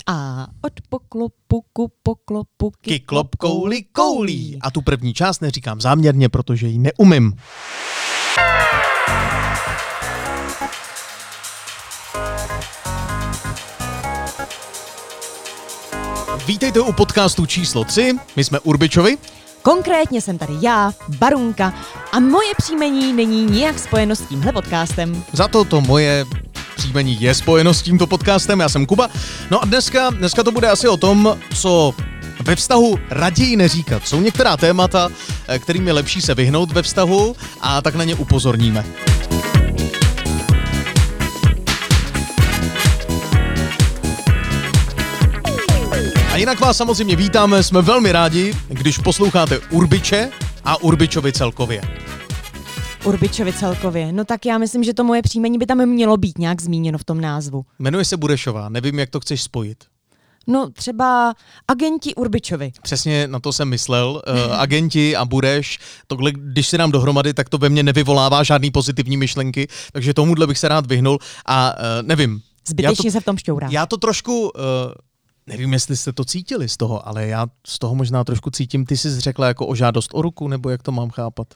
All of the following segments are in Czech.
A od poklopu ku poklopu Kyklop kouli koulí. A tu první část neříkám záměrně, protože ji neumím. Vítejte u podcastu číslo 3, my jsme Urbičovi. Konkrétně jsem tady já, Barunka, a moje příjmení není nijak spojeno s tímhle podcastem. Za to moje příjmení je spojeno s tímto podcastem, já jsem Kuba. No a dneska to bude asi o tom, co ve vztahu raději neříkat. Jsou některá témata, kterým je lepší se vyhnout ve vztahu, a tak na ně upozorníme. A jinak vás samozřejmě vítáme, jsme velmi rádi, když posloucháte Urbiče a Urbičovi celkově. Urbičovi celkově. No tak já myslím, že to moje příjmení by tam mělo být nějak zmíněno v tom názvu. Jmenuje se Burešová, nevím, jak to chceš spojit. No třeba agenti Urbičovi. Přesně na to jsem myslel. Agenti a Bureš, tohle, když se dám dohromady, tak to ve mně nevyvolává žádný pozitivní myšlenky, takže tomuhle bych se rád vyhnul a nevím. Zbytečně se v tom šťourá. Já to trošku... Nevím, jestli jste to cítili z toho, ale já z toho možná trošku cítím. Ty jsi řekla jako o žádost o ruku, nebo jak to mám chápat?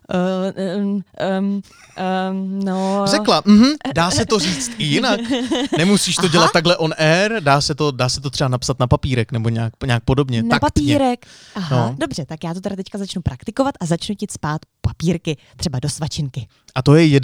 No... Řekla, dá se to říct i jinak. Nemusíš to dělat takhle on air, dá se to třeba napsat na papírek, nebo nějak podobně. Na papírek. Aha, no. Dobře, tak já to teda teďka začnu praktikovat a začnu ti cpát papírky, třeba do svačinky. A to je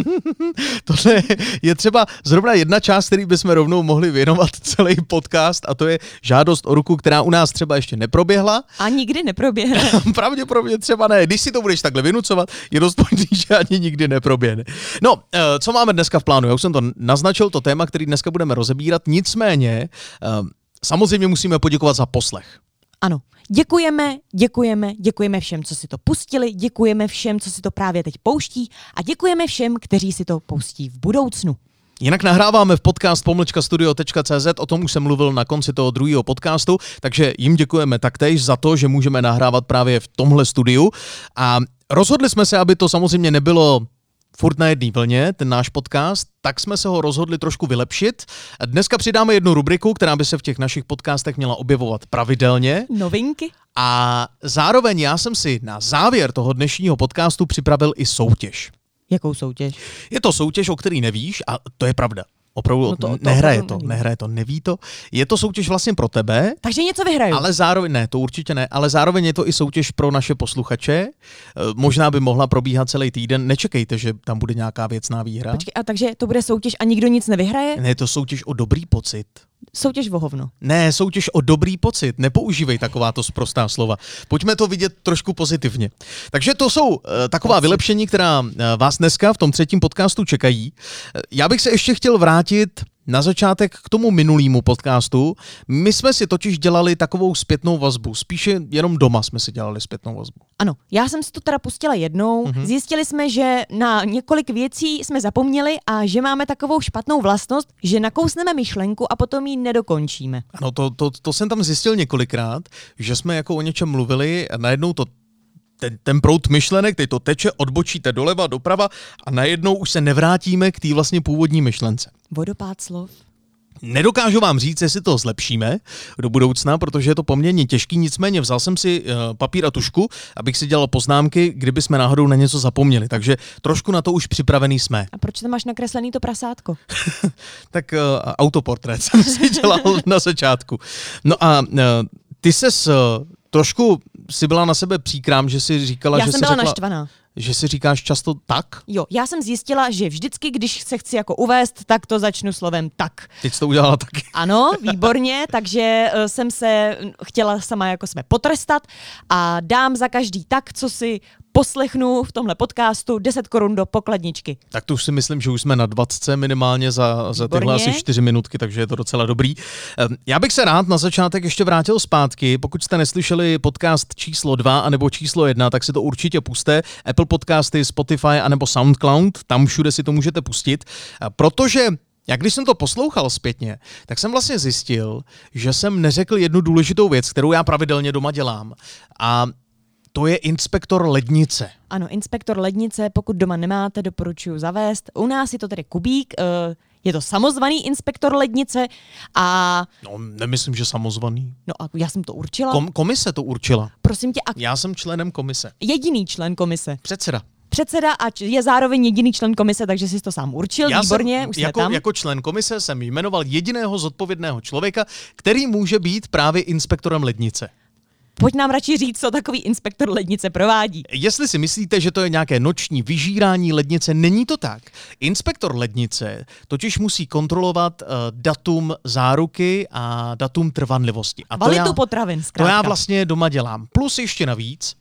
tohle je třeba zrovna jedna část, který bychom rovnou mohli věnovat celý podcast, a to je žádost o ruku, která u nás třeba ještě neproběhla. A nikdy neproběhne. Pravděpodobně třeba ne. Když si to budeš takhle vynucovat, je dost možný, že ani nikdy neproběhne. No, co máme dneska v plánu? Já už jsem to naznačil, to téma, který dneska budeme rozebírat, nicméně samozřejmě musíme poděkovat za poslech. Ano, děkujeme všem, co si to pustili, děkujeme všem, co si to právě teď pouští, a děkujeme všem, kteří si to pustí v budoucnu. Jinak nahráváme v podcast@studio.cz, o tom už jsem mluvil na konci toho druhého podcastu, takže jim děkujeme taktéž za to, že můžeme nahrávat právě v tomhle studiu. A rozhodli jsme se, aby to samozřejmě nebylo furt na jedné vlně, ten náš podcast, tak jsme se ho rozhodli trošku vylepšit. Dneska přidáme jednu rubriku, která by se v těch našich podcastech měla objevovat pravidelně. Novinky. A zároveň já jsem si na závěr toho dnešního podcastu připravil i soutěž. Jakou soutěž? Je to soutěž, o který nevíš, a to je pravda. Opravdu nehraje to, neví to. Je to soutěž vlastně pro tebe. Takže něco vyhraju. Ale zároveň, ne, to určitě ne, ale zároveň je to i soutěž pro naše posluchače. Možná by mohla probíhat celý týden. Nečekejte, že tam bude nějaká věcná výhra. Počkej, a takže to bude soutěž a nikdo nic nevyhraje? Ne, je to soutěž o dobrý pocit. Soutěž o hovno. Ne, soutěž o dobrý pocit. Nepoužívej takováto sprostá slova. Pojďme to vidět trošku pozitivně. Takže to jsou taková vylepšení, která vás dneska v tom třetím podcastu čekají. Já bych se ještě chtěl vrátit na začátek k tomu minulému podcastu. My jsme si totiž dělali takovou zpětnou vazbu. Spíše jenom doma jsme si dělali zpětnou vazbu. Ano, já jsem si to teda pustila jednou. Zjistili jsme, že na několik věcí jsme zapomněli a že máme takovou špatnou vlastnost, že nakousneme myšlenku a potom ji nedokončíme. Ano, to jsem tam zjistil několikrát, že jsme jako o něčem mluvili a najednou ten proud myšlenek, teď to teče, odbočíte doleva, doprava a najednou už se nevrátíme k té vlastně původní myšlence. Vodopád slov. Nedokážu vám říct, jestli to zlepšíme do budoucna, protože je to poměrně těžký, nicméně vzal jsem si papír a tužku, abych si dělal poznámky, kdyby jsme náhodou na něco zapomněli, takže trošku na to už připravený jsme. A proč tam máš nakreslený to prasátko? Tak autoportrét jsem si dělal na začátku. No a ty ses trošku si byla na sebe příkrám, že si říkala, Já jsem byla naštvaná. Že si říkáš často tak? Jo, já jsem zjistila, že vždycky, když se chci jako uvést, tak to začnu slovem tak. Teď jsi to udělala taky. Ano, výborně, takže jsem se chtěla sama jako jsme potrestat a dám za každý tak, co si poslechnu v tomhle podcastu 10 korun do pokladničky. Tak to už si myslím, že už jsme na 20 minimálně za tyhle asi 4 minutky, takže je to docela dobrý. Já bych se rád na začátek ještě vrátil zpátky. Pokud jste neslyšeli podcast číslo 2 anebo číslo 1, tak si to určitě puste. Apple Podcasty, Spotify anebo SoundCloud, tam všude si to můžete pustit, protože jak když jsem to poslouchal zpětně, tak jsem vlastně zjistil, že jsem neřekl jednu důležitou věc, kterou já pravidelně doma dělám. A to je inspektor lednice. Ano, inspektor lednice, pokud doma nemáte, doporučuji zavést. U nás je to tedy kubík. Je to samozvaný inspektor lednice a... No, nemyslím, že samozvaný. No a já jsem to určila. Komise to určila. Prosím tě. Já jsem členem komise. Jediný člen komise. Předseda a je zároveň jediný člen komise, takže jsi to sám určil, výborně, už jsme tam. Jako člen komise jsem jmenoval jediného zodpovědného člověka, který může být právě inspektorem lednice. Pojď nám radši říct, co takový inspektor lednice provádí. Jestli si myslíte, že to je nějaké noční vyžírání lednice, není to tak. Inspektor lednice totiž musí kontrolovat datum záruky a datum trvanlivosti. A kvalitu potravin, zkrátka. To já vlastně doma dělám. Plus ještě navíc,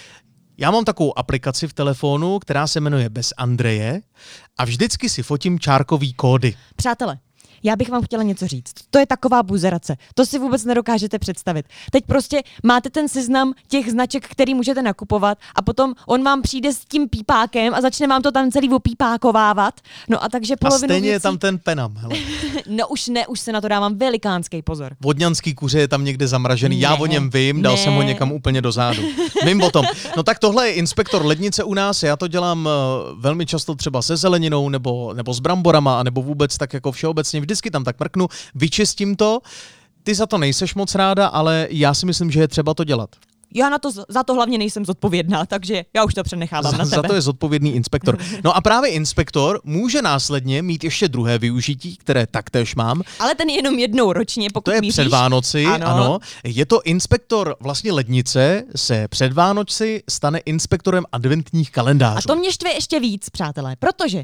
já mám takovou aplikaci v telefonu, která se jmenuje Bez Andreje a vždycky si fotím čárkový kódy. Přátelé, já bych vám chtěla něco říct. To je taková buzerace. To si vůbec nedokážete představit. Teď prostě máte ten seznam těch značek, který můžete nakupovat a potom on vám přijde s tím pípákem a začne vám to tam celý opípákovávat. No a takže polovinu A stejně věcí... je tam ten penam, hele. No už se na to dávám velikánský pozor. Vodňanský kuře je tam někde zamražený, já o něm vím, dal jsem ho někam úplně do zádu. Vím o tom. No tak tohle je inspektor lednice u nás, já to dělám velmi často třeba se zeleninou nebo s bramborama, nebo vůbec tak jako všeobecně, vždycky tam tak mrknu, vyčistím to. Ty za to nejseš moc ráda, ale já si myslím, že je třeba to dělat. Já za to hlavně nejsem zodpovědná, takže já už to přenechávám na tebe. Za to je zodpovědný inspektor. No a právě inspektor může následně mít ještě druhé využití, které taktéž mám. Ale ten je jenom jednou ročně, pokud to je míříš. Před Vánoci, ano. Je to inspektor vlastně lednice, se před Vánoci stane inspektorem adventních kalendářů. A to mě štve ještě víc, přátelé, protože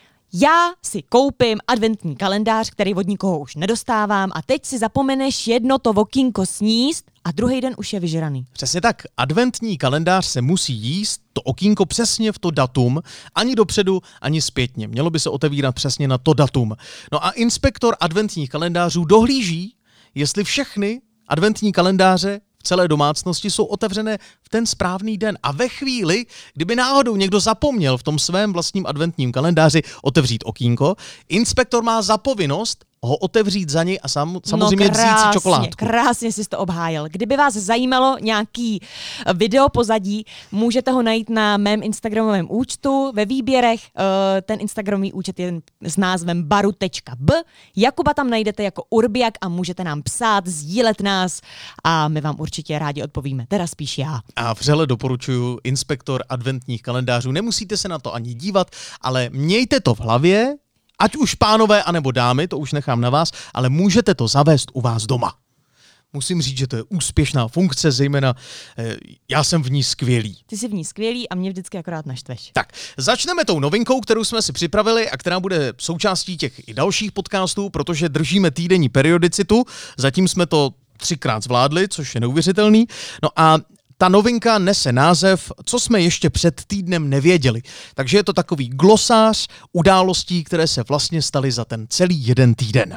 já si koupím adventní kalendář, který od nikoho už nedostávám a teď si zapomeneš jedno to okýnko sníst a druhý den už je vyžraný. Přesně tak. Adventní kalendář se musí jíst, to okýnko přesně v to datum, ani dopředu, ani zpětně. Mělo by se otevírat přesně na to datum. No a inspektor adventních kalendářů dohlíží, jestli všechny adventní kalendáře celé domácnosti jsou otevřené v ten správný den. A ve chvíli, kdyby náhodou někdo zapomněl v tom svém vlastním adventním kalendáři otevřít okýnko, inspektor má za povinnost ho otevřít za něj a samozřejmě vzít si čokoládku. Krásně jsi to obhájil. Kdyby vás zajímalo nějaký video pozadí, můžete ho najít na mém instagramovém účtu ve výběrech. Ten instagramový účet je s názvem baru.b. Jakuba tam najdete jako Urbiak a můžete nám psát, sdílet nás a my vám určitě rádi odpovíme. Teda spíš já. A vřele doporučuji inspektor adventních kalendářů. Nemusíte se na to ani dívat, ale mějte to v hlavě, ať už pánové anebo dámy, to už nechám na vás, ale můžete to zavést u vás doma. Musím říct, že to je úspěšná funkce, zejména já jsem v ní skvělý. Ty jsi v ní skvělý a mě vždycky akorát naštveš. Tak, začneme tou novinkou, kterou jsme si připravili a která bude součástí těch i dalších podcastů, protože držíme týdenní periodicitu, zatím jsme to 3krát zvládli, což je neuvěřitelný. No a ta novinka nese název Co jsme ještě před týdnem nevěděli. Takže je to takový glosář událostí, které se vlastně staly za ten celý jeden týden.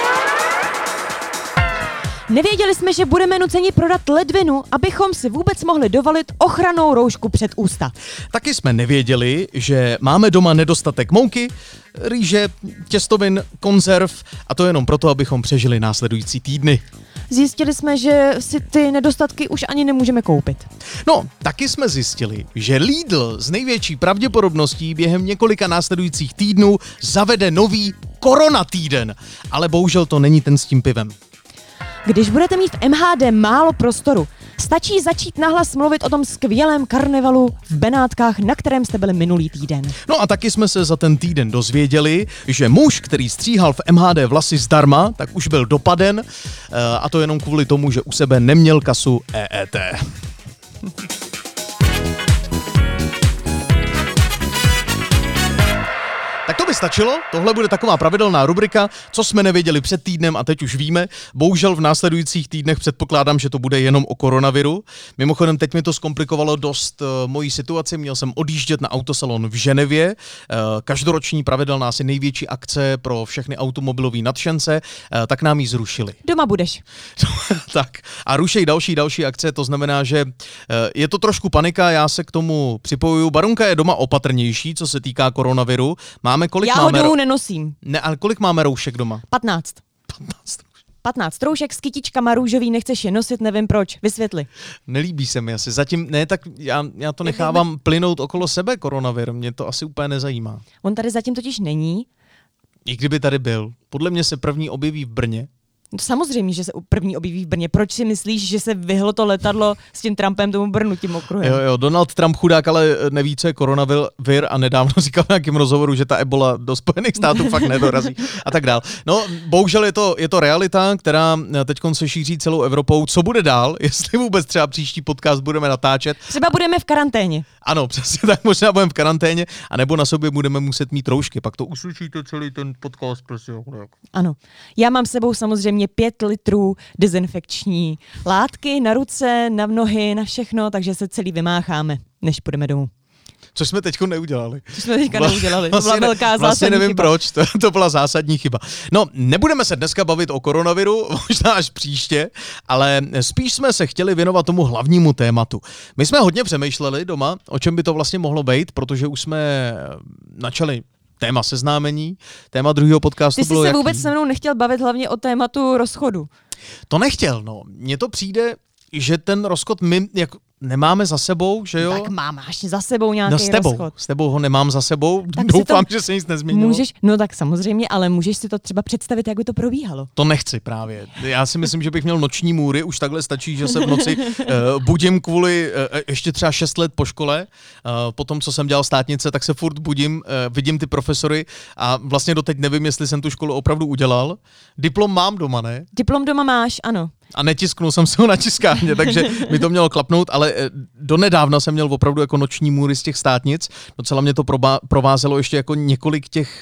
Nevěděli jsme, že budeme nuceni prodat ledvinu, abychom si vůbec mohli dovolit ochrannou roušku před ústa. Taky jsme nevěděli, že máme doma nedostatek mouky, rýže, těstovin, konzerv a to jenom proto, abychom přežili následující týdny. Zjistili jsme, že si ty nedostatky už ani nemůžeme koupit. No, taky jsme zjistili, že Lidl s největší pravděpodobností během několika následujících týdnů zavede nový koronatýden, ale bohužel to není ten s tím pivem. Když budete mít v MHD málo prostoru, stačí začít nahlas mluvit o tom skvělém karnevalu v Benátkách, na kterém jste byli minulý týden. No a taky jsme se za ten týden dozvěděli, že muž, který stříhal v MHD vlasy zdarma, tak už byl dopaden a to jenom kvůli tomu, že u sebe neměl kasu EET. Tak to by stačilo, tohle bude taková pravidelná rubrika, co jsme nevěděli před týdnem a teď už víme. Bohužel v následujících týdnech předpokládám, že to bude jenom o koronaviru. Mimochodem teď mi to zkomplikovalo dost mojí situaci, měl jsem odjíždět na autosalon v Ženevě, každoroční pravidelná asi největší akce pro všechny automobilové nadšence, tak nám ji zrušili. Doma budeš. Tak a rušej další akce, to znamená, že je to trošku panika, já se k tomu připojuju. Barunka je doma opatrnější, co se týká koronaviru. Já ho domů nenosím. Ne, ale kolik máme roušek doma? 15. 15 roušek s kytičkama růžový, nechceš je nosit, nevím proč. Vysvětli. Nelíbí se mi asi. Zatím ne, tak já to nechávám plynout okolo sebe koronavir. Mě to asi úplně nezajímá. On tady zatím totiž není. I kdyby tady byl. Podle mě se první objeví v Brně. No, samozřejmě, že se první objeví v Brně. Proč si myslíš, že se vyhlo to letadlo s tím Trumpem tomu Brnu, tím okruhem? Jo, Donald Trump chudák, ale neví, co je koronavir a nedávno říkal v nějakém rozhovoru, že ta ebola do Spojených států fakt nedorazí a tak dál. No, bohužel je to realita, která teď se šíří celou Evropou. Co bude dál, jestli vůbec třeba příští podcast budeme natáčet? Třeba budeme v karanténě. Ano, přesně tak, možná budeme v karanténě, anebo na sobě budeme muset mít roušky, pak to uslyšíte celý ten podcast prostě. Ano, já mám s sebou samozřejmě 5 litrů dezinfekční látky na ruce, na nohy, na všechno, takže se celý vymácháme, než půjdeme domů. Což jsme teďko neudělali. To byla velká zásadní nevím chyba. Proč, to byla zásadní chyba. No, nebudeme se dneska bavit o koronaviru, možná až příště, ale spíš jsme se chtěli věnovat tomu hlavnímu tématu. My jsme hodně přemýšleli doma, o čem by to vlastně mohlo být, protože už jsme načali téma seznámení, téma druhého podcastu Ty jsi bylo se jaký? vůbec se mnou nechtěl bavit hlavně o tématu rozchodu. To nechtěl, no. Mně to přijde, že ten rozchod my jako nemáme za sebou, že jo? Tak máš za sebou nějaký rozchod. S tebou ho nemám za sebou, Tak doufám, že se nic nezměnilo. No tak samozřejmě, ale můžeš si to třeba představit, jak by to probíhalo. To nechci právě. Já si myslím, že bych měl noční můry, už takhle stačí, že se v noci budím kvůli ještě třeba 6 let po škole. Po tom, co jsem dělal státnice, tak se furt budím, vidím ty profesory a vlastně doteď nevím, jestli jsem tu školu opravdu udělal. Diplom mám doma, ne? Diplom doma máš, ano. A netisknul jsem se ho na tiskárně, takže mi to mělo klapnout, ale donedávna jsem měl opravdu jako noční můry z těch státnic. Docela mě to provázelo ještě jako několik těch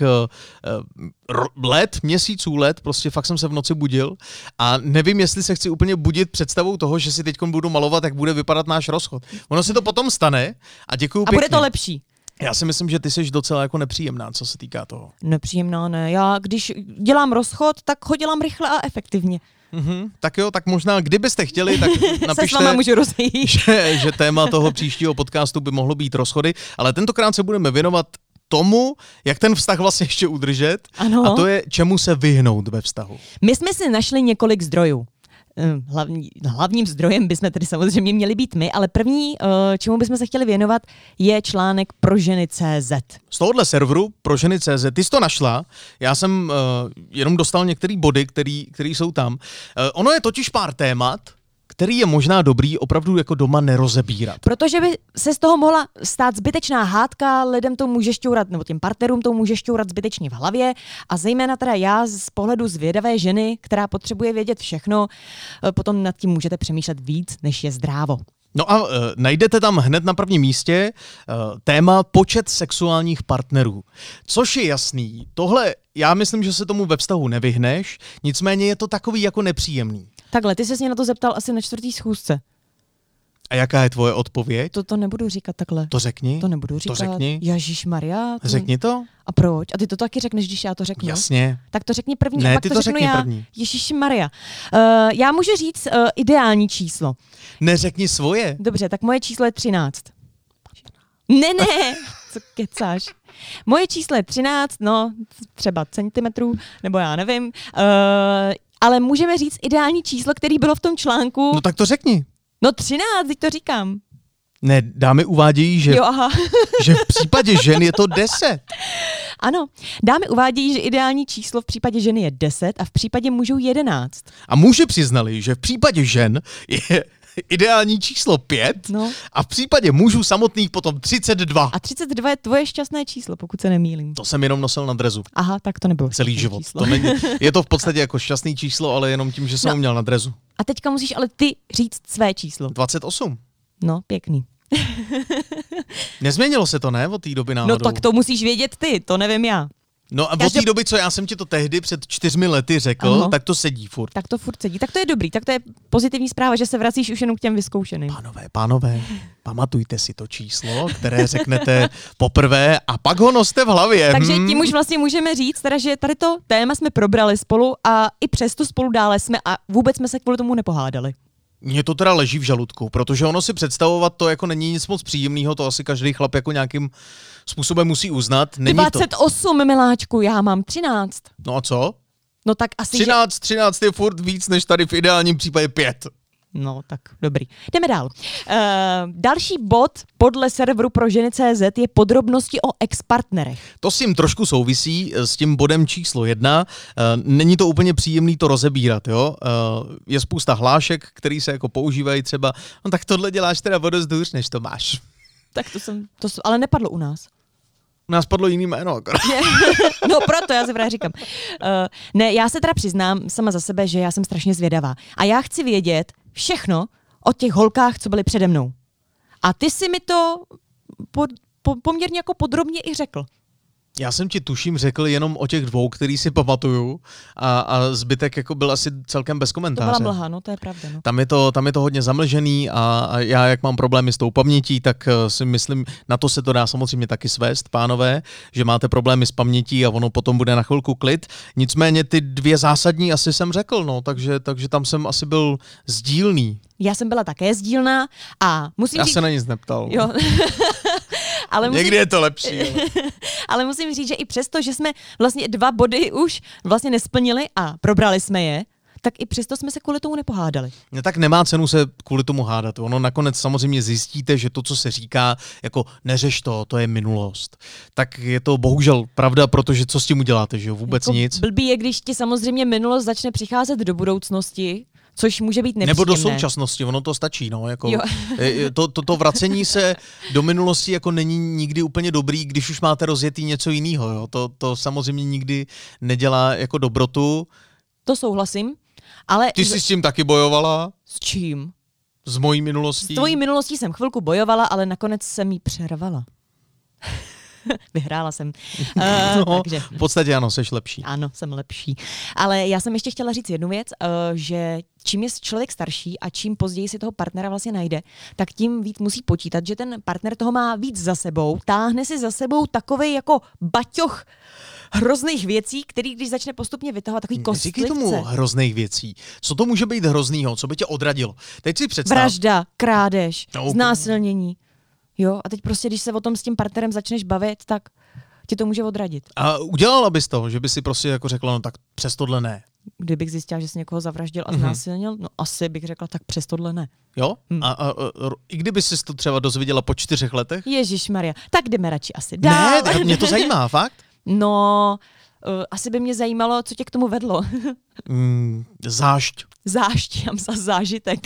měsíců let, prostě fakt jsem se v noci budil a nevím, jestli se chci úplně budit představou toho, že si teď budu malovat, jak bude vypadat náš rozchod. Ono se to potom stane a děkuju pěkně. A bude to lepší. Já si myslím, že ty jsi docela jako nepříjemná, co se týká toho. Nepříjemná, ne. Já když dělám rozchod, tak ho dělám rychle a efektivně. Tak jo, tak možná, kdybyste chtěli, tak napište, se s váma můžu rozejít. že téma toho příštího podcastu by mohlo být rozchody, ale tentokrát se budeme věnovat tomu, jak ten vztah vlastně ještě udržet. Ano. A to je, čemu se vyhnout ve vztahu. My jsme si našli několik zdrojů. Hlavním zdrojem bychom tedy samozřejmě měli být my, ale první, čemu bychom se chtěli věnovat, je článek proženy.cz. Z tohohle serveru proženy.cz, ty jsi to našla, já jsem jenom dostal některé body, které jsou tam. Ono je totiž pár témat, který je možná dobrý opravdu jako doma nerozebírat. Protože by se z toho mohla stát zbytečná hádka, lidem to může šťourat, nebo těm partnerům to může šťourat zbytečně v hlavě a zejména teda já z pohledu zvědavé ženy, která potřebuje vědět všechno, potom nad tím můžete přemýšlet víc, než je zdrávo. No a najdete tam hned na prvním místě téma počet sexuálních partnerů. Což je jasný. Tohle, já myslím, že se tomu ve vztahu nevyhneš, nicméně je to takový jako nepříjemný. Takhle, ty ses mě na to zeptal asi na 4. schůzce. A jaká je tvoje odpověď? To nebudu říkat takhle. To řekni. To nebudu říkat. To řekni. Ježišmarja. Řekni to. A proč? A ty to taky řekneš, když já to řeknu? Jasně. Tak to řekni první, Ne, a pak ty to řeknu řekni já. první. Ježišmarja. Já můžu říct ideální číslo. Neřekni svoje. Dobře, tak moje číslo je 13. Ne, co kecáš. Moje číslo je 13, no, třeba centimetrů, nebo já nevím. Ale můžeme říct ideální číslo, který bylo v tom článku. No tak to řekni. No 13, teď to říkám. Ne, dámy uvádějí, že, Jo, aha. že v případě žen je to 10. Ano, dámy uvádějí, že ideální číslo v případě ženy je 10 a v případě mužů 11. A muži přiznali, že v případě žen je ideální číslo 5 a v případě mužů samotných potom 32. A 32 je tvoje šťastné číslo, pokud se nemýlím. To jsem jenom nosil na drezu. Aha, tak to nebylo celý život. Číslo. To není, je to v podstatě jako šťastný číslo, ale jenom tím, že jsem ho měl na drezu. A teďka musíš ale ty říct své číslo. 28. No, pěkný. Nezměnilo se to, ne, od té doby náhodou? No tak to musíš vědět ty, to nevím já. No a od té doby, co já jsem ti to tehdy před 4 lety řekl, tak to sedí furt. Tak to furt sedí. Tak to je dobrý, tak to je pozitivní zpráva, že se vracíš už jenom k těm vyzkoušeným. Pánové, pamatujte si to číslo, které řeknete poprvé a pak ho noste v hlavě. Takže tím už vlastně můžeme říct, teda, že tady to téma jsme probrali spolu a i přesto spolu dále jsme a vůbec jsme se kvůli tomu nepohádali. Mně to teda leží v žaludku, protože ono si představovat to jako není nic moc příjemného, to asi každý chlap jako nějakým způsobem musí uznat. Není 28, to. Miláčku, já mám 13. No a co? No tak asi 13 je furt víc, než tady v ideálním případě 5. No, tak dobrý. Jdeme dál. Další bod podle serveru pro ženy.cz je podrobnosti o ex-partnerech. To s tím trošku souvisí s tím bodem číslo 1. Není to úplně příjemný to rozebírat, jo? Je spousta hlášek, který se jako používají třeba, no tak tohle děláš teda o dost hůř, než to máš. Tak ale nepadlo u nás. U nás padlo jiný jméno. No proto, já se právě říkám. Ne, já se teda přiznám sama za sebe, že já jsem strašně zvědavá. A já chci vědět všechno o těch holkách, co byly přede mnou. A ty si mi to poměrně jako podrobně i řekl. Já jsem ti tuším řekl jenom o těch 2, který si pamatuju a zbytek jako byl asi celkem bez komentáře. To byla mlha, no to je pravda. No. Tam je to hodně zamlžený a já, jak mám problémy s tou pamětí, tak si myslím, na to se to dá samozřejmě taky svést, pánové, že máte problémy s pamětí a ono potom bude na chvilku klid. Nicméně ty 2 zásadní asi jsem řekl, no, takže tam jsem asi byl sdílný. Já jsem byla také sdílná a musím říct... se na nic neptal. Jo. Ale někdy je to lepší. Ale musím říct, že i přesto, že jsme vlastně 2 body už vlastně nesplnili a probrali jsme je, tak i přesto jsme se kvůli tomu nepohádali. No, tak nemá cenu se kvůli tomu hádat. Ono nakonec samozřejmě zjistíte, že to, co se říká, jako neřeš to je minulost. Tak je to bohužel pravda, protože co s tím uděláte, že jo? Vůbec jako nic. Blbý je, když ti samozřejmě minulost začne přicházet do budoucnosti, což může být nepříjemné. Nebo do současnosti, ono to stačí, no, jako to vracení se do minulosti jako není nikdy úplně dobrý, když už máte rozjetý něco jiného, jo. To samozřejmě nikdy nedělá jako dobrotu. To souhlasím, ale... Ty jsi s tím taky bojovala? S čím? S mojí minulostí? S tvojí minulostí jsem chvilku bojovala, ale nakonec jsem jí přervala. Vyhrála jsem. Takže. V podstatě ano, seš lepší. Ano, jsem lepší. Ale já jsem ještě chtěla říct jednu věc, že čím je člověk starší a čím později si toho partnera vlastně najde, tak tím víc musí počítat, že ten partner toho má víc za sebou, táhne si za sebou takovej jako baťoch hrozných věcí, který když začne postupně vytahovat takový kostlivce. Říkej tomu hrozných věcí. Co to může být hroznýho? Co by tě odradilo? Teď si představ. Vražda, krádež, znásilnění. Jo, a teď prostě, když se o tom s tím partnerem začneš bavit, tak ti to může odradit. A udělala bys to, že by si prostě jako řekla, no tak přes tohle ne. Kdybych zjistila, že jsi někoho zavraždil a znásilnil, no asi bych řekla, tak přes tohle ne. Jo? A i kdyby jsi to třeba dozvěděla po 4 letech? Ježišmarja, tak jdeme radši asi dál. Ne, mě to zajímá, fakt? No, asi by mě zajímalo, co tě k tomu vedlo. Zášť. Zášť, já myslím zážitek.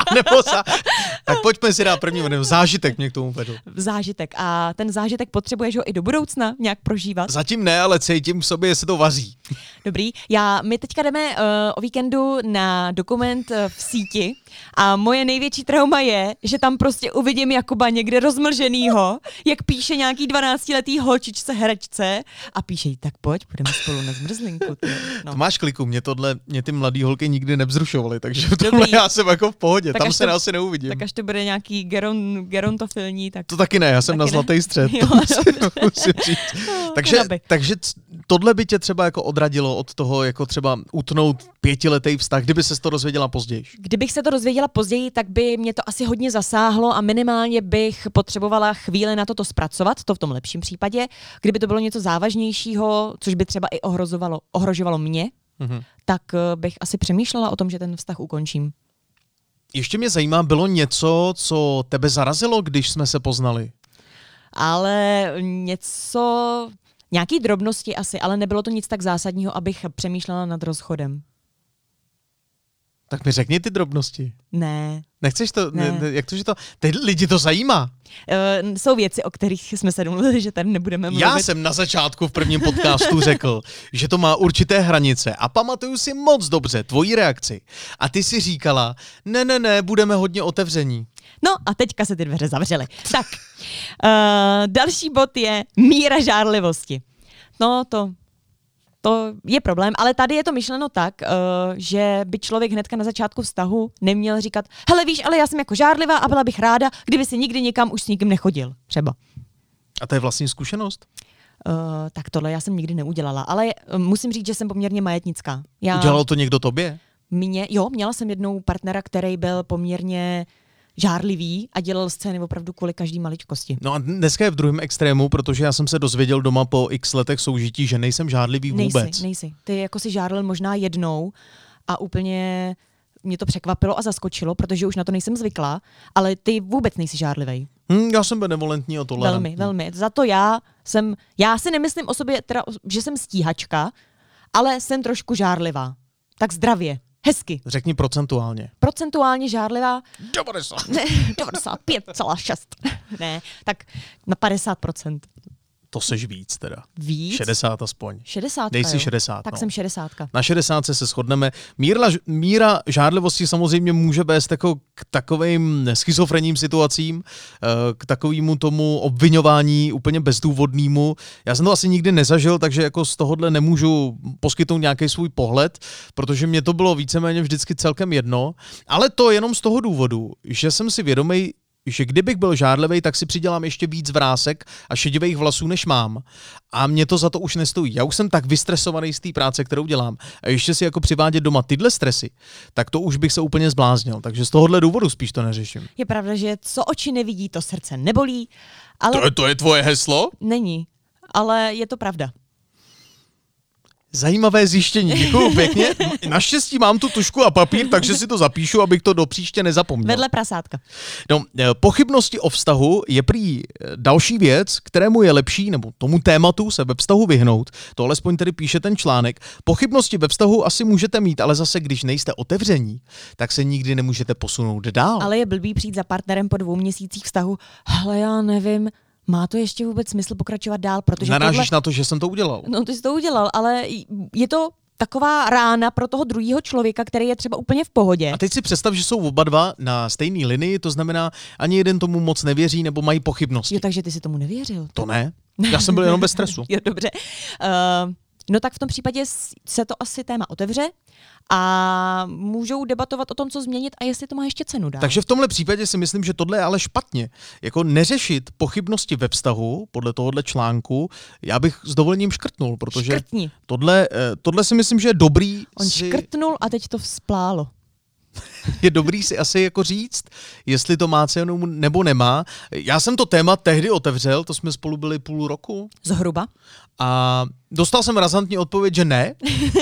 Tak pojďme si dát první jméno. Zážitek mě k tomu vedl. Zážitek. A ten zážitek potřebuješ ho i do budoucna nějak prožívat? Zatím ne, ale cítím v sobě, jestli to vaří. Dobrý. My teďka jdeme o víkendu na dokument v síti a moje největší trauma je, že tam prostě uvidím Jakuba někde rozmlženýho, jak píše nějaký 12letý holčičce herečce a píše jí, tak pojď, půjdeme spolu na zmrzlinku. No. To máš kliku, mě ty mladý holky nikdy nevzrušovaly, takže v tomhle já jsem jako v pohodě, tak tam se asi neuvidím. Tak až to bude nějaký gerontofilní, tak... To taky ne, já jsem na zlatý střed, musím říct. Takže tohle by tě třeba jako odradilo od toho, jako třeba utnout 5letý vztah, kdyby ses to dozvěděla později? Kdybych se to dozvěděla později, tak by mě to asi hodně zasáhlo a minimálně bych potřebovala chvíli na to zpracovat, to v tom lepším případě. Kdyby to bylo něco závažnějšího, což by třeba i ohrožovalo mě, tak bych asi přemýšlela o tom, že ten vztah ukončím. Ještě mě zajímá, bylo něco, co tebe zarazilo, když jsme se poznali? Ale nějaký drobnosti asi, ale nebylo to nic tak zásadního, abych přemýšlela nad rozchodem. Tak mi řekni ty drobnosti. Ne. Nechceš to? Ne. Jak to, že to? Ty lidi to zajímá. Jsou věci, o kterých jsme se domluvili, že tady nebudeme mluvit. Já jsem na začátku v prvním podcastu řekl, že to má určité hranice a pamatuju si moc dobře tvoji reakci. A ty si říkala, ne, budeme hodně otevření. No a teďka se ty dveře zavřely. Tak, další bod je míra žárlivosti. No to je problém, ale tady je to myšleno tak, že by člověk hnedka na začátku vztahu neměl říkat, hele víš, ale já jsem jako žárlivá a byla bych ráda, kdyby si nikdy nikam už s nikým nechodil, třeba. A to je vlastní zkušenost? Tak tohle já jsem nikdy neudělala, ale musím říct, že jsem poměrně majetnická. Udělal to někdo tobě? Měla jsem jednou partnera, který byl poměrně žárlivý a dělal scény opravdu kvůli každý maličkosti. No a dneska je v druhém extrému, protože já jsem se dozvěděl doma po x letech soužití, že nejsem žárlivý vůbec. Nejsi. Ty jako si žárlil možná jednou a úplně mě to překvapilo a zaskočilo, protože už na to nejsem zvyklá, ale ty vůbec nejsi žárlivej. Já jsem benevolentní a tolerantní. Velmi. Za to já si nemyslím o sobě, teda, že jsem stíhačka, ale jsem trošku žárlivá. Tak zdravě. Hezky. Řekni procentuálně. Procentuálně žárlivá. 90. Ne, 95,6. Ne, tak na 50%. To seš víc teda. Víc? 60 aspoň. 60. Dej si jo. 60. Tak jsem 60. Na 60 se shodneme. Míra žárlivosti samozřejmě může vést jako k takovým schizofrenním situacím, k takovému tomu obviňování úplně bezdůvodnému. Já jsem to asi nikdy nezažil, takže jako z tohohle nemůžu poskytnout nějaký svůj pohled, protože mě to bylo víceméně vždycky celkem jedno, ale to jenom z toho důvodu, že jsem si vědomý, že kdybych byl žárlivý, tak si přidělám ještě víc vrásek a šedivých vlasů, než mám. A mě to za to už nestojí. Já už jsem tak vystresovaný z té práce, kterou dělám. A ještě si jako přivádět doma tyhle stresy, tak to už bych se úplně zbláznil. Takže z tohohle důvodu spíš to neřeším. Je pravda, že co oči nevidí, to srdce nebolí. Ale To je tvoje heslo? Není, ale je to pravda. Zajímavé zjištění, děkuju pěkně. Naštěstí mám tu tušku a papír, takže si to zapíšu, abych to do příště nezapomněl. Vedle prasátka. No, pochybnosti o vztahu je prý další věc, kterému je lepší, nebo tomu tématu se ve vztahu vyhnout. To alespoň tedy píše ten článek. Pochybnosti ve vztahu asi můžete mít, ale zase, když nejste otevření, tak se nikdy nemůžete posunout dál. Ale je blbý přijít za partnerem po 2 měsících vztahu. Hele, já nevím, má to ještě vůbec smysl pokračovat dál, protože narážíš na to, že jsem to udělal. No, ty jsi to udělal, ale je to taková rána pro toho druhého člověka, který je třeba úplně v pohodě. A teď si představ, že jsou oba dva na stejné linii, to znamená, ani jeden tomu moc nevěří nebo mají pochybnosti. Jo, takže ty si tomu nevěřil. To ne. Já jsem byl jenom bez stresu. Jo, dobře. No tak v tom případě se to asi téma otevře a můžou debatovat o tom, co změnit a jestli to má ještě cenu dál. Takže v tomhle případě si myslím, že tohle je ale špatně. Jako neřešit pochybnosti ve vztahu, podle tohohle článku, já bych s dovolením škrtnul, protože Škrtni. tohle si myslím, že je dobrý. On škrtnul a teď to vzplálo. Je dobrý si asi jako říct, jestli to má cenu nebo nemá. Já jsem to téma tehdy otevřel, to jsme spolu byli půl roku. Zhruba. A dostal jsem razantní odpověď, že ne.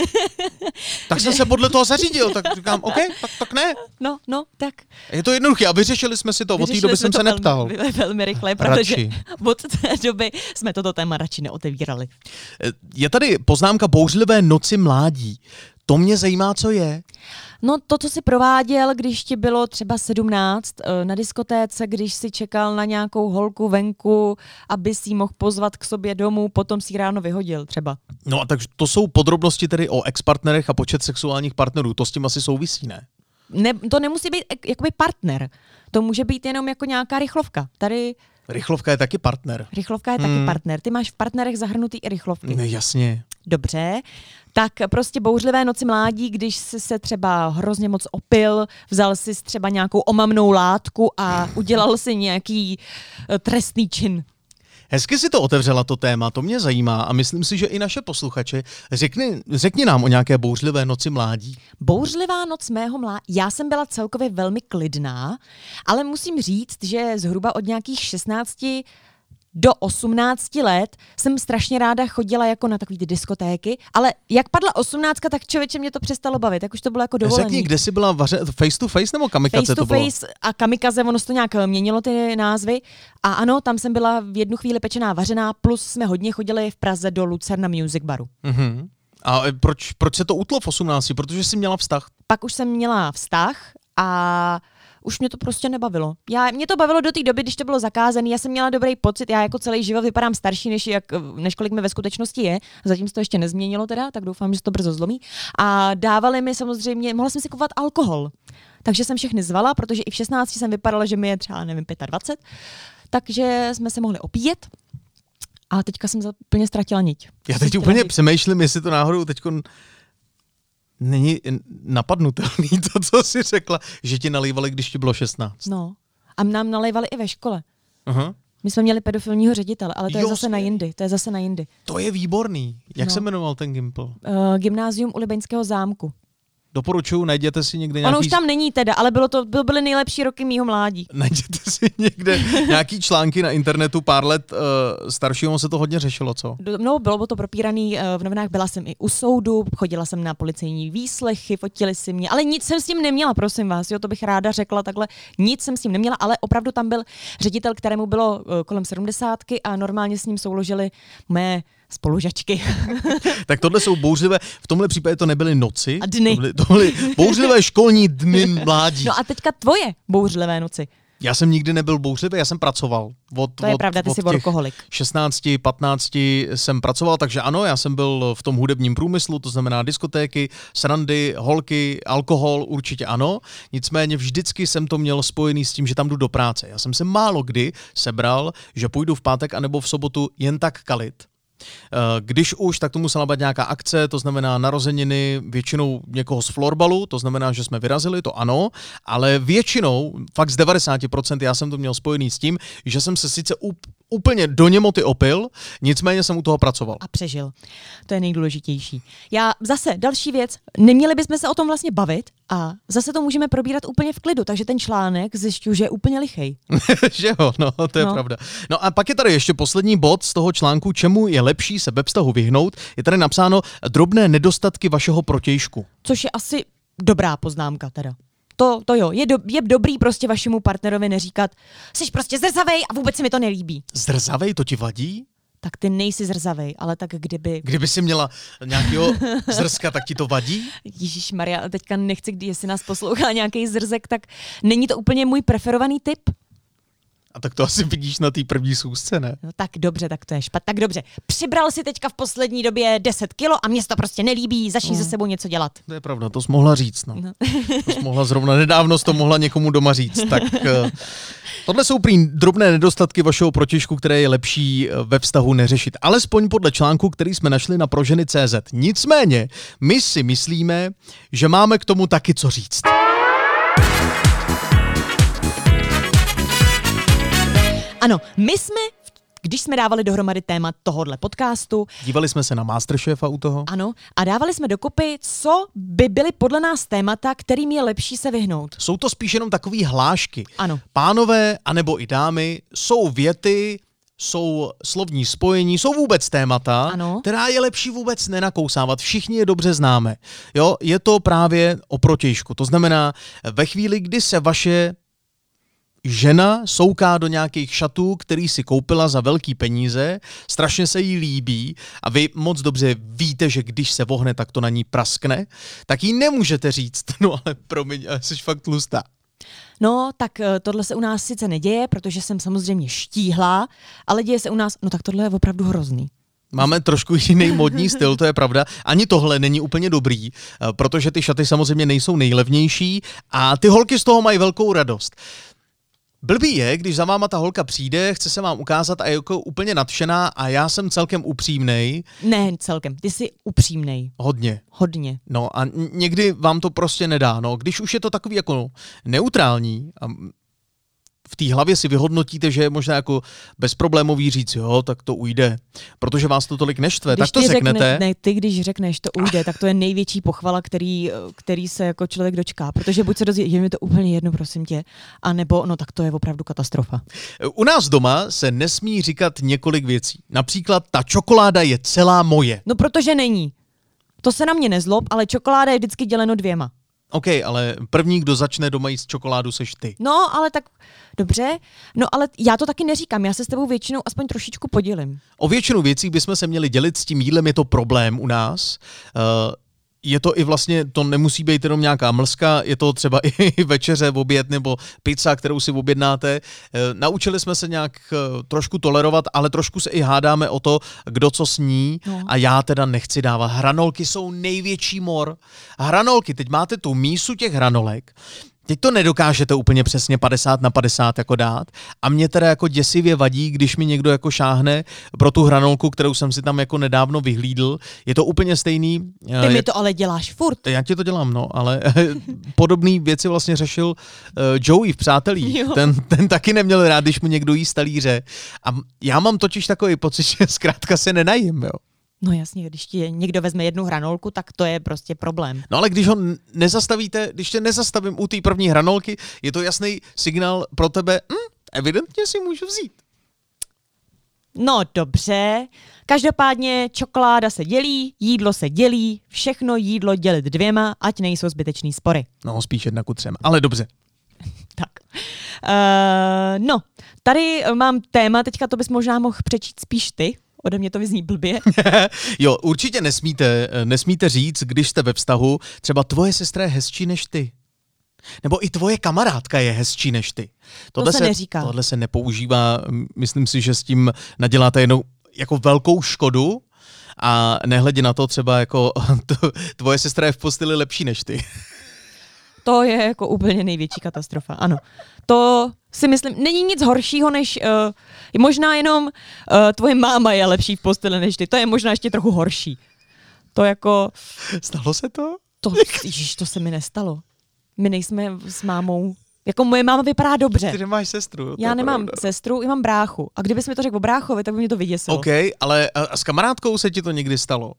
Tak jsem se podle toho zařídil, tak říkám, OK, tak ne. No, tak. Je to jednoduché a vyřešili jsme si to, od té doby jsem se neptal. Velmi rychle, protože od té doby jsme toto téma radši neotevírali. Je tady poznámka bouřlivé noci mládí. To mě zajímá, co je. No to, co jsi prováděl, když ti bylo třeba 17 na diskotéce, když si čekal na nějakou holku venku, aby si ji mohl pozvat k sobě domů, potom si ji ráno vyhodil třeba. No a takže to jsou podrobnosti tedy o ex-partnerech a počet sexuálních partnerů. To s tím asi souvisí, ne? To nemusí být jakoby partner. To může být jenom jako nějaká rychlovka. Tady Rychlovka je taky partner. Rychlovka je taky partner. Ty máš v partnerech zahrnutý i rychlovky. Ne, jasně. Dobře, tak prostě bouřlivé noci mládí, když jsi se třeba hrozně moc opil, vzal si třeba nějakou omamnou látku a udělal si nějaký trestný čin. Hezky si to otevřela to téma, to mě zajímá a myslím si, že i naše posluchače. Řekni nám o nějaké bouřlivé noci mládí. Bouřlivá noc mého mládí. Já jsem byla celkově velmi klidná, ale musím říct, že zhruba od nějakých 16 do 18 let jsem strašně ráda chodila jako na takový ty diskotéky, ale jak padla 18, tak člověče mě to přestalo bavit, jak už to bylo jako dovolený. Řekni, kde jsi byla face to face nebo kamikaze to bylo? Face to face a kamikaze, ono se to nějak měnilo ty názvy. A ano, tam jsem byla v jednu chvíli pečená vařená, plus jsme hodně chodili v Praze do Lucerna Music Baru. Mhm. A proč se to utlo v 18? Protože jsi měla vztah? Pak už jsem měla vztah a už mě to prostě nebavilo. Mě to bavilo do té doby, když to bylo zakázané. Já jsem měla dobrý pocit, já jako celý život vypadám starší, než kolik mi ve skutečnosti je. Zatím se to ještě nezměnilo teda, tak doufám, že se to brzo zlomí. A dávali mi samozřejmě, mohla jsem si kupovat alkohol. Takže jsem všechny zvala, protože i v 16 jsem vypadala, že mi je třeba, nevím, 25. Takže jsme se mohli opíjet. A teďka jsem úplně ztratila niť. Já teď úplně přemýšlím, jestli to náhodou teďko není napadnutelný to, co jsi řekla, že ti nalívali, když ti bylo 16. No. A nám nalívali i ve škole. Aha. My jsme měli pedofilního ředitele, ale to je zase na jindy. To je výborný. Jak se jmenoval ten Gimpl? Gymnázium u Libeňského zámku. Doporučuji, najděte si někde nějaký... Ono už tam není teda, ale byly nejlepší roky mýho mládí. Najděte si někde nějaký články na internetu, pár let staršího se to hodně řešilo, co? No, bylo to propíraný v novinách, byla jsem i u soudu, chodila jsem na policejní výslechy, fotili si mě, ale nic jsem s tím neměla, prosím vás, jo, to bych ráda řekla takhle, nic jsem s tím neměla, ale opravdu tam byl ředitel, kterému bylo kolem 70 a normálně s ním souložili mé spolužačky. Tak tohle jsou bouřlivé, v tomhle případě to nebyly noci. A dny. To byly bouřlivé školní dny mládí. No a teďka tvoje bouřlivé noci. Já jsem nikdy nebyl bouřlivý, já jsem pracoval. To je pravda, ty jsi workoholik. 16, 15 jsem pracoval, takže ano, já jsem byl v tom hudebním průmyslu, to znamená diskotéky, srandy, holky, alkohol, určitě ano. Nicméně vždycky jsem to měl spojený s tím, že tam jdu do práce. Já jsem se málo kdy sebral, že půjdu v pátek anebo v sobotu jen tak kalit. Když už, tak to musela být nějaká akce, to znamená narozeniny většinou někoho z florbalu, to znamená, že jsme vyrazili, to ano, ale většinou, fakt z 90% já jsem to měl spojený s tím, že jsem se sice úplně do němoty opil, nicméně jsem u toho pracoval. A přežil. To je nejdůležitější. Zase další věc, neměli bychom se o tom vlastně bavit a zase to můžeme probírat úplně v klidu, takže ten článek zjišťuju, že je úplně lichej. Že jo, no, to je pravda. No a pak je tady ještě poslední bod z toho článku, čemu je lepší se ve vztahu vyhnout. Je tady napsáno drobné nedostatky vašeho protějšku. Což je asi dobrá poznámka teda. To jo, je dobrý prostě vašemu partnerovi neříkat, jsi prostě zrzavej a vůbec se mi to nelíbí. Zrzavej, to ti vadí? Tak ty nejsi zrzavej, ale tak kdyby... Kdyby si měla nějakého zrzka, tak ti to vadí? Ježišmarja, teďka nechci, jestli nás poslouchá nějaký zrzek, tak není to úplně můj preferovaný typ. A tak to asi vidíš na té první schůzce, ne? No tak dobře, tak to je špatně. Tak dobře, přibral si teďka v poslední době 10 kilo a mě se to prostě nelíbí, začni se sebou něco dělat. To je pravda, to jsi mohla říct, no. To jsi mohla zrovna nedávno, to mohla někomu doma říct. Tak tohle jsou prý drobné nedostatky vašeho protějšku, které je lepší ve vztahu neřešit. Alespoň podle článku, který jsme našli na proženy.cz. Nicméně, my si myslíme, že máme k tomu taky co říct. Ano, my jsme, když jsme dávali dohromady téma tohohle podcastu... Dívali jsme se na Masterchefa u toho. Ano, a dávali jsme dokupy, co by byly podle nás témata, kterým je lepší se vyhnout. Jsou to spíš jenom takový hlášky. Ano. Pánové, anebo i dámy, jsou věty, jsou slovní spojení, jsou vůbec témata, ano, která je lepší vůbec nenakousávat. Všichni je dobře známe. Jo, je to právě o protějšku. To znamená, ve chvíli, kdy se vaše žena souká do nějakých šatů, který si koupila za velký peníze, strašně se jí líbí a vy moc dobře víte, že když se vohne, tak to na ní praskne, tak jí nemůžete říct, no ale promiň, ale jsi fakt tlustá. No, tak tohle se u nás sice neděje, protože jsem samozřejmě štíhlá, ale děje se u nás, no tak tohle je opravdu hrozný. Máme trošku jiný modní styl, to je pravda. Ani tohle není úplně dobrý, protože ty šaty samozřejmě nejsou nejlevnější a ty holky z toho mají velkou radost. Blbý je, když za váma ta holka přijde, chce se vám ukázat a je jako úplně nadšená a já jsem celkem upřímnej. Ne celkem, ty jsi upřímnej. Hodně. No a někdy vám to prostě nedá. No, když už je to takový jako neutrální a v té hlavě si vyhodnotíte, že je možná jako bezproblémový říct, jo, tak to ujde, protože vás to tolik neštve, když tak to řeknete. Ty když řekneš, to ujde, tak to je největší pochvala, který se jako člověk dočká, protože buď se dozví, je mi to úplně jedno, prosím tě, anebo, no tak to je opravdu katastrofa. U nás doma se nesmí říkat několik věcí. Například, ta čokoláda je celá moje. No protože není. To se na mě nezlob, ale čokoláda je vždycky děleno 2. OK, ale první, kdo začne doma jíst čokoládu, seš ty. No, ale tak dobře. No, ale já to taky neříkám. Já se s tebou většinou aspoň trošičku podělím. O většinu věcí bychom se měli dělit, s tím jídlem je to problém u nás. Je to i vlastně, to nemusí být jenom nějaká mlska, je to třeba i večeře, oběd nebo pizza, kterou si objednáte. Naučili jsme se nějak trošku tolerovat, ale trošku se i hádáme o to, kdo co sní a já teda nechci dávat. Hranolky jsou největší mor. Hranolky, teď máte tu mísu těch hranolek, teď to nedokážete úplně přesně 50/50 jako dát a mě teda jako děsivě vadí, když mi někdo jako šáhne pro tu hranolku, kterou jsem si tam jako nedávno vyhlídl. Je to úplně stejný. Ty mi to ale děláš furt. Já ti to dělám, no, ale podobný věci vlastně řešil Joey v Přátelích. Ten taky neměl rád, když mu někdo jí z talíře. A já mám totiž takový pocit, že zkrátka se nenajím, jo. No jasně, když ti někdo vezme jednu hranolku, tak to je prostě problém. No ale když ho nezastavíte, když tě nezastavím u té první hranolky, je to jasný signál pro tebe, evidentně si můžu vzít. No dobře, každopádně čokoláda se dělí, jídlo se dělí, všechno jídlo dělit 2, ať nejsou zbytečný spory. No spíš 1:3, ale dobře. Tak. No, tady mám téma, teďka to bys možná mohl přečíst spíš ty. Ode mě to vyzní blbě. Jo, určitě nesmíte říct, když jste ve vztahu, třeba tvoje sestra je hezčí než ty. Nebo i tvoje kamarádka je hezčí než ty. To se neříká. Tohle se nepoužívá, myslím si, že s tím naděláte jednou jako velkou škodu a nehledě na to třeba jako tvoje sestra je v posteli lepší než ty. To je jako úplně největší katastrofa, ano. To si myslím, není nic horšího, než možná jenom tvoje máma je lepší v posteli než ty. To je možná ještě trochu horší. To jako... Stalo se to? Ježiš, to se mi nestalo. My nejsme s mámou... Jako moje máma vypadá dobře. Ty nemáš sestru. Já nemám sestru, já mám bráchu. A kdybys mi to řekl o bráchovi, tak by mě to vyděsilo. OK, ale a s kamarádkou se ti to někdy stalo?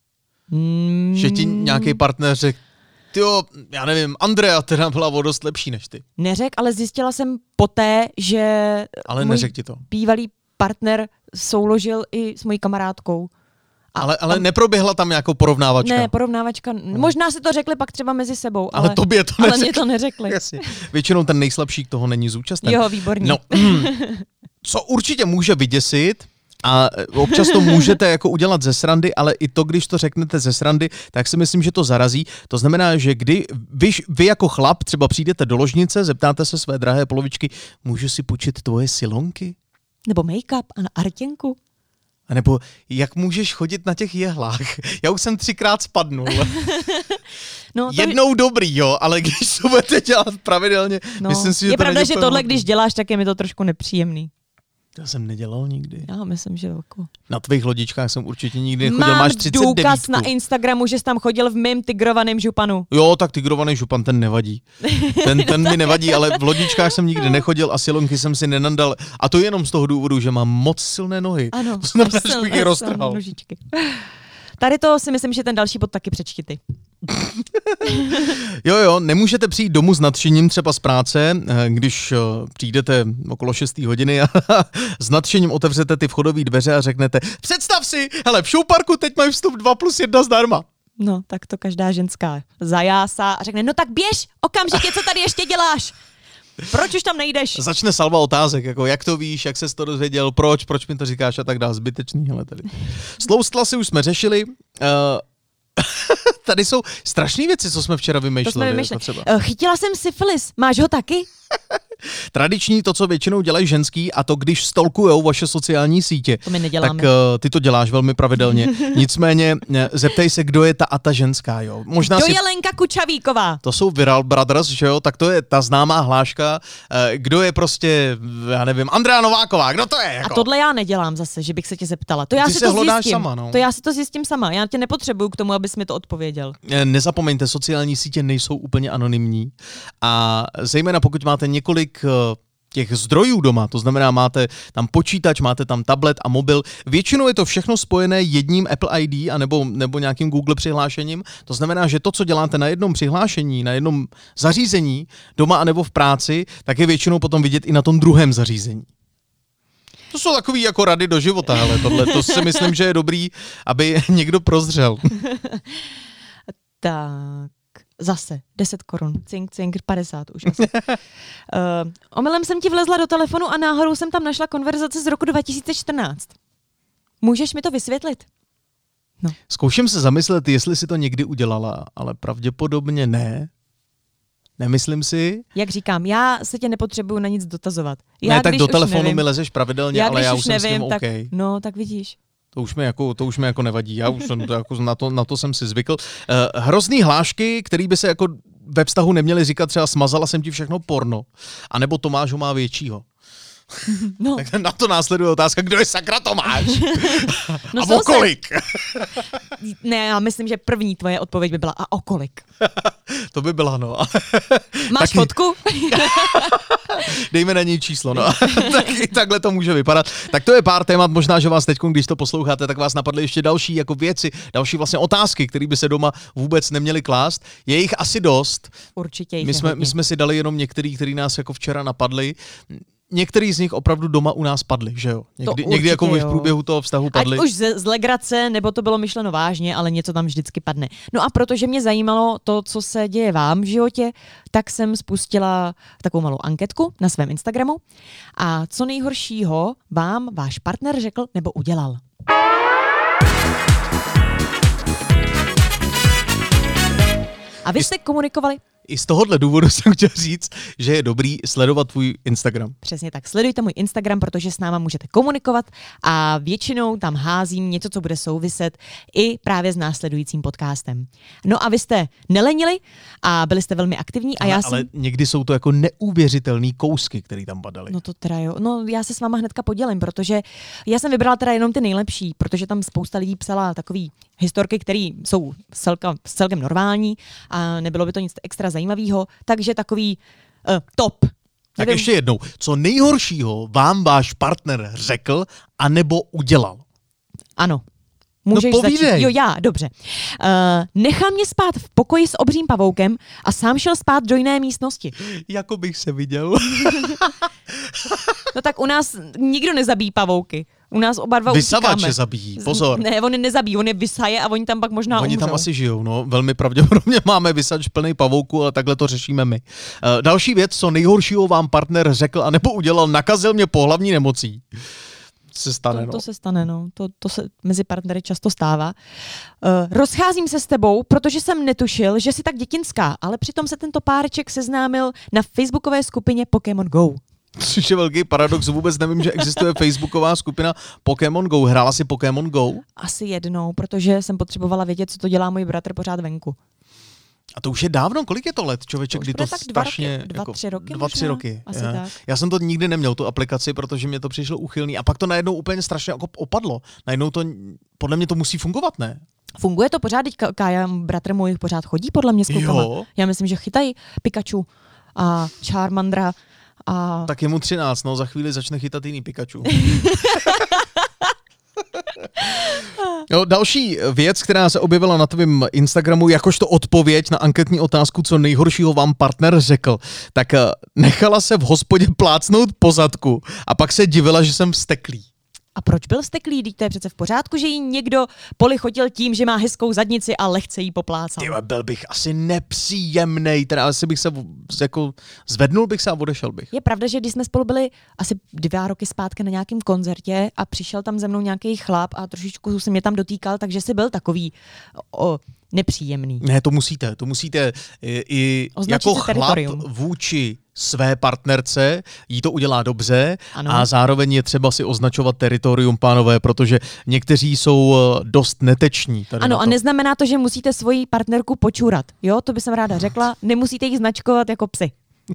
Že ti nějaký partner řekl, tyjo, já nevím, Andrea teda byla o dost lepší než ty. Neřekl, ale zjistila jsem poté, že ale neřekl ti to. Bývalý partner souložil i s mojí kamarádkou. Ale neproběhla tam nějakou porovnávačka? Ne, porovnávačka. Možná si to řekli pak třeba mezi sebou, ale tobě to neřekli. Ale mě to neřekli. Jasně. Většinou ten nejslabší toho není zúčastněn. Jo, výborně. No, co určitě může vyděsit, a občas to můžete jako udělat ze srandy, ale i to, když to řeknete ze srandy, tak si myslím, že to zarazí. To znamená, že kdy vy jako chlap třeba přijdete do ložnice, zeptáte se své drahé polovičky, můžu si půjčit tvoje silonky? Nebo make-up a na artěnku? A nebo jak můžeš chodit na těch jehlách? Já už jsem 3krát spadnul. No, jednou dobrý, jo, ale když to budete dělat pravidelně, myslím si, že je to pravda, že tohle, když děláš, tak je mi to trošku nepříjemný. Já jsem nedělal nikdy. Já myslím, že jako... Na tvých lodičkách jsem určitě nikdy nechodil, máš 39. Mám důkaz na Instagramu, že jsi tam chodil v mém tigrovaném županu. Jo, tak tigrovaný župan, ten nevadí. Ten mi nevadí, ale v lodičkách jsem nikdy nechodil a silonky jsem si nenandal. A to jenom z toho důvodu, že mám moc silné nohy. Ano, to znamená, že bych je roztrhal. Tady to si myslím, že ten další bod taky přečti ty. Jo, nemůžete přijít domů s nadšením třeba z práce, když přijdete okolo 6. hodiny a s nadšením otevřete ty vchodové dveře a řeknete, představ si, hele, v showparku teď mají vstup 2+1 zdarma. No, tak to každá ženská zajásá a řekne, no tak běž, okamžitě, co tady ještě děláš? Proč už tam nejdeš? Začne salva otázek, jako jak to víš, jak ses to dozvěděl, proč mi to říkáš a tak dále, zbytečný, hele tady. Sloustla si už jsme řešili, tady jsou strašné věci, co jsme včera vymýšleli. Chytila jsem syfilis, máš ho taky? Tradiční to, co většinou dělají ženský, a to když stalkujou vaše sociální sítě. To my neděláme. Tak ty to děláš velmi pravidelně. Nicméně zeptej se, kdo je ta a ta ženská, jo. Možná kdo je Lenka Kučavíková? To jsou Viral Brothers, že jo, tak to je ta známá hláška. Kdo je prostě, já nevím, Andrea Nováková, kdo to je? Jako? A tohle já nedělám zase, že bych se tě zeptala. To já ty si se to hledáš zjistím. Sama, no. To já si to zjistím sama. Já tě nepotřebuju k tomu, abys mi to odpověděl. Nezapomeňte, sociální sítě nejsou úplně anonymní a zejména pokud máte několik těch zdrojů doma, to znamená, máte tam počítač, máte tam tablet a mobil. Většinou je to všechno spojené jedním Apple ID nebo nějakým Google přihlášením. To znamená, že to, co děláte na jednom přihlášení, na jednom zařízení, doma anebo v práci, tak je většinou potom vidět i na tom druhém zařízení. To jsou takový jako rady do života, ale tohle to si myslím, že je dobrý, aby někdo prozřel. Tak. Zase 10 korun, cink, 50 už asi. Omylem jsem ti vlezla do telefonu a náhodou jsem tam našla konverzaci z roku 2014. Můžeš mi to vysvětlit? No. Zkouším se zamyslet, jestli si to někdy udělala, ale pravděpodobně ne. Nemyslím si. Jak říkám, já se tě nepotřebuju na nic dotazovat. Ne, tak do telefonu mi lezeš pravidelně, ale já už jsem nevím, s tím tak, OK. No, tak vidíš. To už mi jako nevadí, já už na to jsem si zvykl. Hrozný hlášky, který by se jako ve vztahu neměli říkat, třeba smazala jsem ti všechno porno, anebo Tomáš ho má většího. No. Tak na to následuje otázka, kdo je sakra Tomáš? No a o kolik? Ne, já myslím, že první tvoje odpověď by byla a o kolik? To by byla, no. Máš fotku? Dejme na něj číslo, no. Tak i takhle to může vypadat. Tak to je pár témat, možná, že vás teď, když to posloucháte, tak vás napadly ještě další jako věci, další vlastně otázky, které by se doma vůbec neměly klást. Je jich asi dost. Určitě jich my jsme si dali jenom některý, který nás jako včera napadly. Některý z nich opravdu doma u nás padly, že jo? Někdy jako v průběhu toho vztahu padly. Ať už z legrace, nebo to bylo myšleno vážně, ale něco tam vždycky padne. No a protože mě zajímalo to, co se děje vám v životě, tak jsem spustila takovou malou anketku na svém Instagramu. A co nejhoršího vám váš partner řekl nebo udělal? A vy jste komunikovali? I z tohohle důvodu jsem chtěl říct, že je dobrý sledovat tvůj Instagram. Přesně tak, sledujte můj Instagram, protože s náma můžete komunikovat a většinou tam házím něco, co bude souviset i právě s následujícím podcastem. No a vy jste nelenili a byli jste velmi aktivní. Ale někdy jsou to jako neuvěřitelný kousky, které tam padaly. No to teda jo. No já se s váma hnedka podělím, protože já jsem vybrala teda jenom ty nejlepší, protože tam spousta lidí psala takový historky, které jsou celkem normální a nebylo by to nic extra zajímavého, takže takový top. Tak ještě jednou, co nejhoršího vám váš partner řekl anebo udělal? Ano. Můžeš začít. Jo, já, dobře. Nechal mě spát v pokoji s obřím pavoukem a sám šel spát do jiné místnosti. Jako bych se viděl. No tak u nás nikdo nezabíjí pavouky. U nás oba dva Vysavače zabíjí, pozor. Ne, on je nezabíjí, on je vysaje a oni tam pak možná Oni umřou. tam asi žijou, no. Velmi pravděpodobně máme vysač plný pavouků, ale takhle to řešíme my. Další věc, co nejhoršího vám partner řekl anebo udělal, nakazil mě pohlavní nemocí. Se stane, to se stane, no. To se mezi partnery často stává. Rozcházím se s tebou, protože jsem netušil, že jsi tak dětinská, ale přitom se tento páreček seznámil na facebookové skupině Pokémon Go. Což je velký paradox, vůbec nevím, že existuje facebooková skupina Pokémon Go. Hrála jsi Pokémon Go? Asi jednou, protože jsem potřebovala vědět, co to dělá můj bratr pořád venku. A to už je dávno, kolik je to let, člověče, kdy to tak strašně... 2-3 roky. 2-3 roky. Asi tak. Já jsem to nikdy neměl, tu aplikaci, protože mě to přišlo uchylný. A pak to najednou úplně strašně jako opadlo. Najednou to, podle mě to musí fungovat, ne? Funguje to pořád, teď Kája, bratr můj, pořád chodí podle mě s klukama. Jo? Já myslím, že chytají Pikachu a Charmandra a... Tak je mu 13, no, za chvíli začne chytat jiný Pikachu. Jo, další věc, která se objevila na tvém Instagramu, jakožto odpověď na anketní otázku, co nejhoršího vám partner řekl, tak nechala se v hospodě plácnout po zadku a pak se divila, že jsem vzteklý. A proč byl vzteklý? Vždyť to je přece v pořádku, že jí někdo polichotil tím, že má hezkou zadnici a lehce jí poplácal. Tyhle, byl bych asi nepříjemnej, teda asi bych se jako zvednul bych se a odešel bych. Je pravda, že když jsme spolu byli asi 2 roky zpátky na nějakém koncertě a přišel tam ze mnou nějaký chlap a trošičku se mě tam dotýkal, takže si byl takový nepříjemný. Ne, to musíte i označit jako chlap vůči své partnerce, jí to udělá dobře. Ano. A zároveň je třeba si označovat teritorium, pánové, protože někteří jsou dost neteční. Ano, a neznamená to, že musíte svoji partnerku počůrat. Jo, to by jsem ráda řekla. Nemusíte jí značkovat jako psy.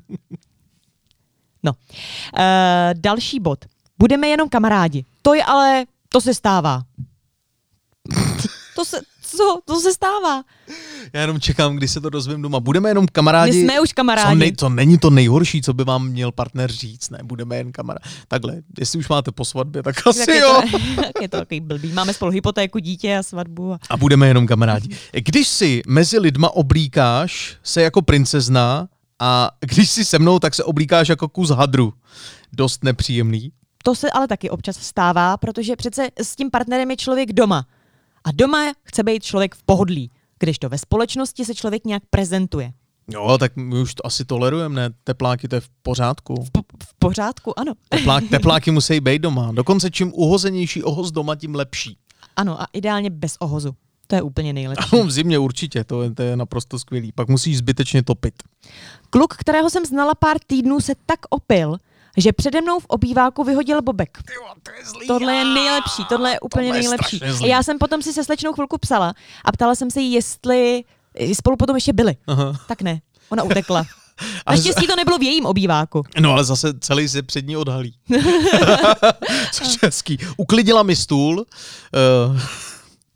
No. Další bod. Budeme jenom kamarádi. To se stává. To se stává. Já jenom čekám, kdy se to dozvím doma. Budeme jenom kamarádi. My jsme už kamarádi. To není to nejhorší, co by vám měl partner říct. Ne, budeme jen kamarádi. Takhle, jestli už máte po svatbě, tak asi tak jo. Je to takový blbý. Máme spolu hypotéku, dítě a svatbu. A budeme jenom kamarádi. Když si mezi lidma oblíkáš se jako princezna a když si se mnou, tak se oblíkáš jako kus hadru. Dost nepříjemný. To se ale taky občas stává, protože přece s tím partnerem je člověk doma. A doma chce být člověk v pohodlí, kdežto ve společnosti se člověk nějak prezentuje. Jo, tak my už to asi tolerujeme, ne? Tepláky, to je v pořádku. V pořádku, ano. Tepláky musí být doma. Dokonce čím uhozenější ohoz doma, tím lepší. Ano, a ideálně bez ohozu. To je úplně nejlepší. Ano, v zimě určitě, to je naprosto skvělý. Pak musíš zbytečně topit. Kluk, kterého jsem znala pár týdnů, se tak opil, že přede mnou v obýváku vyhodil bobek. Tohle je nejlepší, tohle je úplně nejlepší. Já jsem potom si se slečnou chvilku psala a ptala jsem se jí, jestli spolu potom ještě byli. Aha. Tak ne, ona utekla. Naštěstí to nebylo v jejím obýváku. No ale zase celý se před ní odhalí. Což je hezký. Uklidila mi stůl.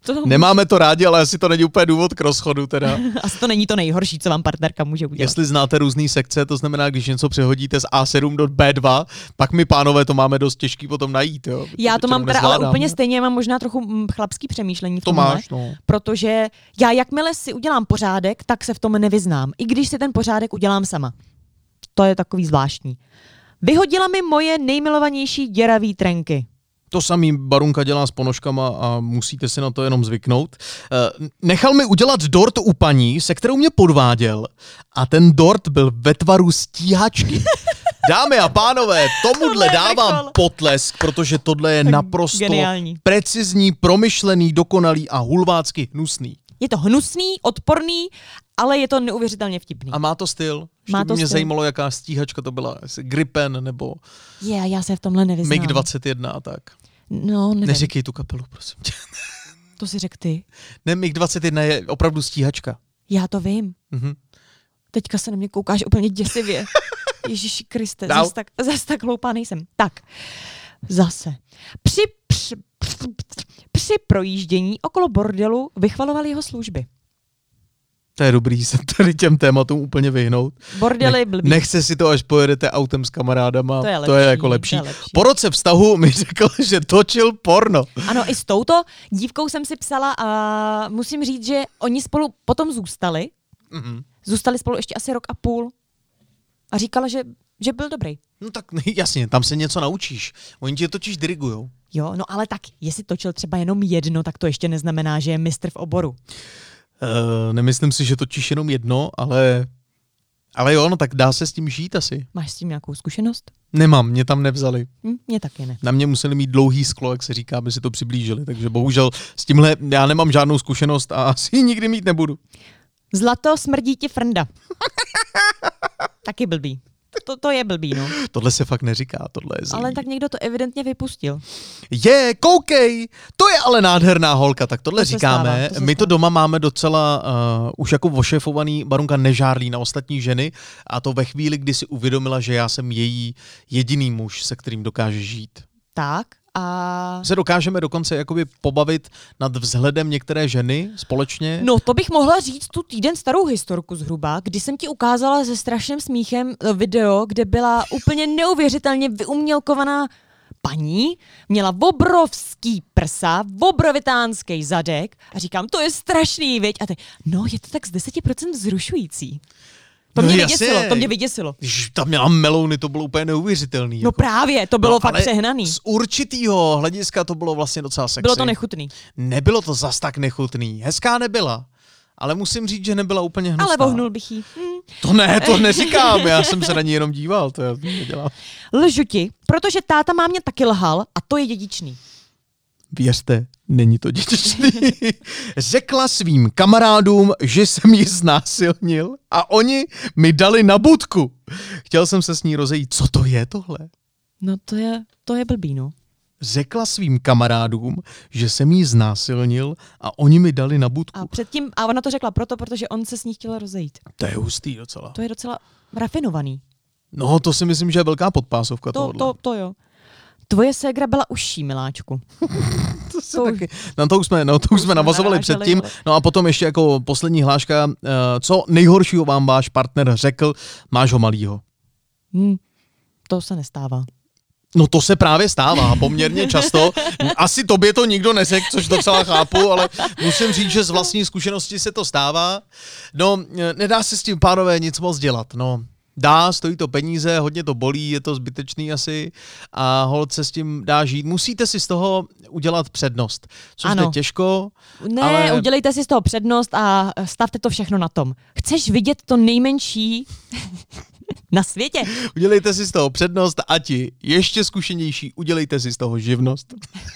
Nemáme to rádi, ale asi to není úplně důvod k rozchodu teda. Asi to není to nejhorší, co vám partnerka může udělat. Jestli znáte různý sekce, to znamená, když něco přehodíte z A7 do B2, pak my pánové to máme dost těžký potom najít. Jo? Já to mám teda ale úplně stejně, mám možná trochu chlapský přemýšlení v tomhle, máš, no. Protože já jakmile si udělám pořádek, tak se v tom nevyznám. I když si ten pořádek udělám sama. To je takový zvláštní. Vyhodila mi moje nejmilovanější děravý trenky. To samý Barunka dělá s ponožkama a musíte si na to jenom zvyknout. Nechal mi udělat dort u paní, se kterou mě podváděl, a ten dort byl ve tvaru stíhačky. Dámy a pánové, tomuhle dávám potlesk, protože tohle je naprosto geniální. Precizní, promyšlený, dokonalý a hulvácky hnusný. Je to hnusný, odporný, ale je to neuvěřitelně vtipný. A má to styl. Mě zajímalo, jaká stíhačka to byla. Gripen nebo já se v tomhle nevyznám. MiG-21 a tak. No, nevím. Neříkej tu kapelu, prosím tě. To si řekl ty. Ne, MiG-21 je opravdu stíhačka. Já to vím. Mhm. Teďka se na mě koukáš úplně děsivě. Ježíši Kriste, zas tak hloupá nejsem. Tak, zase. Při projíždění okolo bordelu vychvaloval jeho služby. To je dobrý se tady těm tématům úplně vyhnout. Bordely blbý. Nechce si to, až pojedete autem s kamarádama. To je jako lepší. To je lepší. Po roce vztahu mi řekl, že točil porno. Ano, i s touto dívkou jsem si psala a musím říct, že oni spolu potom zůstali. Mm-hmm. Zůstali spolu ještě asi 1.5 roku. A říkala, že byl dobrý. No tak jasně, tam se něco naučíš. Oni tě totiž dirigujou. Jo, no ale tak, jestli točil třeba jenom jedno, tak to ještě neznamená, že je mistr v oboru. Nemyslím si, že točíš jenom jedno, ale jo, no tak dá se s tím žít asi. Máš s tím nějakou zkušenost? Nemám, mě tam nevzali. Mě taky ne. Na mě museli mít dlouhý sklo, jak se říká, aby si to přiblížili, takže bohužel s tímhle já nemám žádnou zkušenost a asi ji nikdy mít nebudu. Zlato smrdí ti frnda. Taky blbý. To je blbý, no. Tohle se fakt neříká, tohle je zlý. Ale tak někdo to evidentně vypustil. Koukej, to je ale nádherná holka, tak tohle říkáme. My to doma máme docela už jako ošefovaný, Barunka nežárlí na ostatní ženy a to ve chvíli, kdy si uvědomila, že já jsem její jediný muž, se kterým dokáže žít. Tak a... Se dokážeme dokonce jakoby pobavit nad vzhledem některé ženy společně? No to bych mohla říct tu týden starou historku zhruba, kdy jsem ti ukázala se strašným smíchem video, kde byla úplně neuvěřitelně vyumělkovaná paní, měla obrovský prsa, obrovitánský zadek a říkám, to je strašný, viď? A ty, no je to tak z 10% vzrušující. To mě vyděsilo. Když tam měla melouny, to bylo úplně neuvěřitelný. No jako. Právě, to bylo fakt přehnaný. Z určitýho hlediska to bylo vlastně docela sexy. Bylo to nechutný. Nebylo to zas tak nechutný. Hezká nebyla. Ale musím říct, že nebyla úplně hnusná. Ale vohnul bych jí. To neříkám, já jsem se na ní jenom díval, to já nedělám. Lžu ti, protože táta má mě taky lhal a to je dědičný. Věřte, není to dědičný. Řekla svým kamarádům, že jsem ji znásilnil a oni mi dali na budku. Chtěl jsem se s ní rozejít. Co to je tohle? No to je blbý, no. Řekla svým kamarádům, že jsem jí znásilnil a oni mi dali na budku. A ona to řekla protože on se s ní chtěl rozejít. To je hustý docela. To je docela rafinovaný. No, to si myslím, že je velká podpásovka tohohle. To jo. Tvoje ségra byla užší, miláčku. Taky. Na to už jsme navazovali předtím. No a potom ještě jako poslední hláška. Co nejhoršího vám váš partner řekl, máš ho malýho? To se nestává. No to se právě stává poměrně často. Asi tobě to nikdo neřekl, což docela chápu, ale musím říct, že z vlastní zkušenosti se to stává. No, nedá se s tím, pánové, nic moc dělat. No, stojí to peníze, hodně to bolí, je to zbytečný asi a holt se s tím dá žít. Musíte si z toho udělat přednost, což je těžko. Ne, ale... udělejte si z toho přednost a stavte to všechno na tom. Chceš vidět to nejmenší na světě? Udělejte si z toho přednost a ti ještě zkušenější, udělejte si z toho živnost.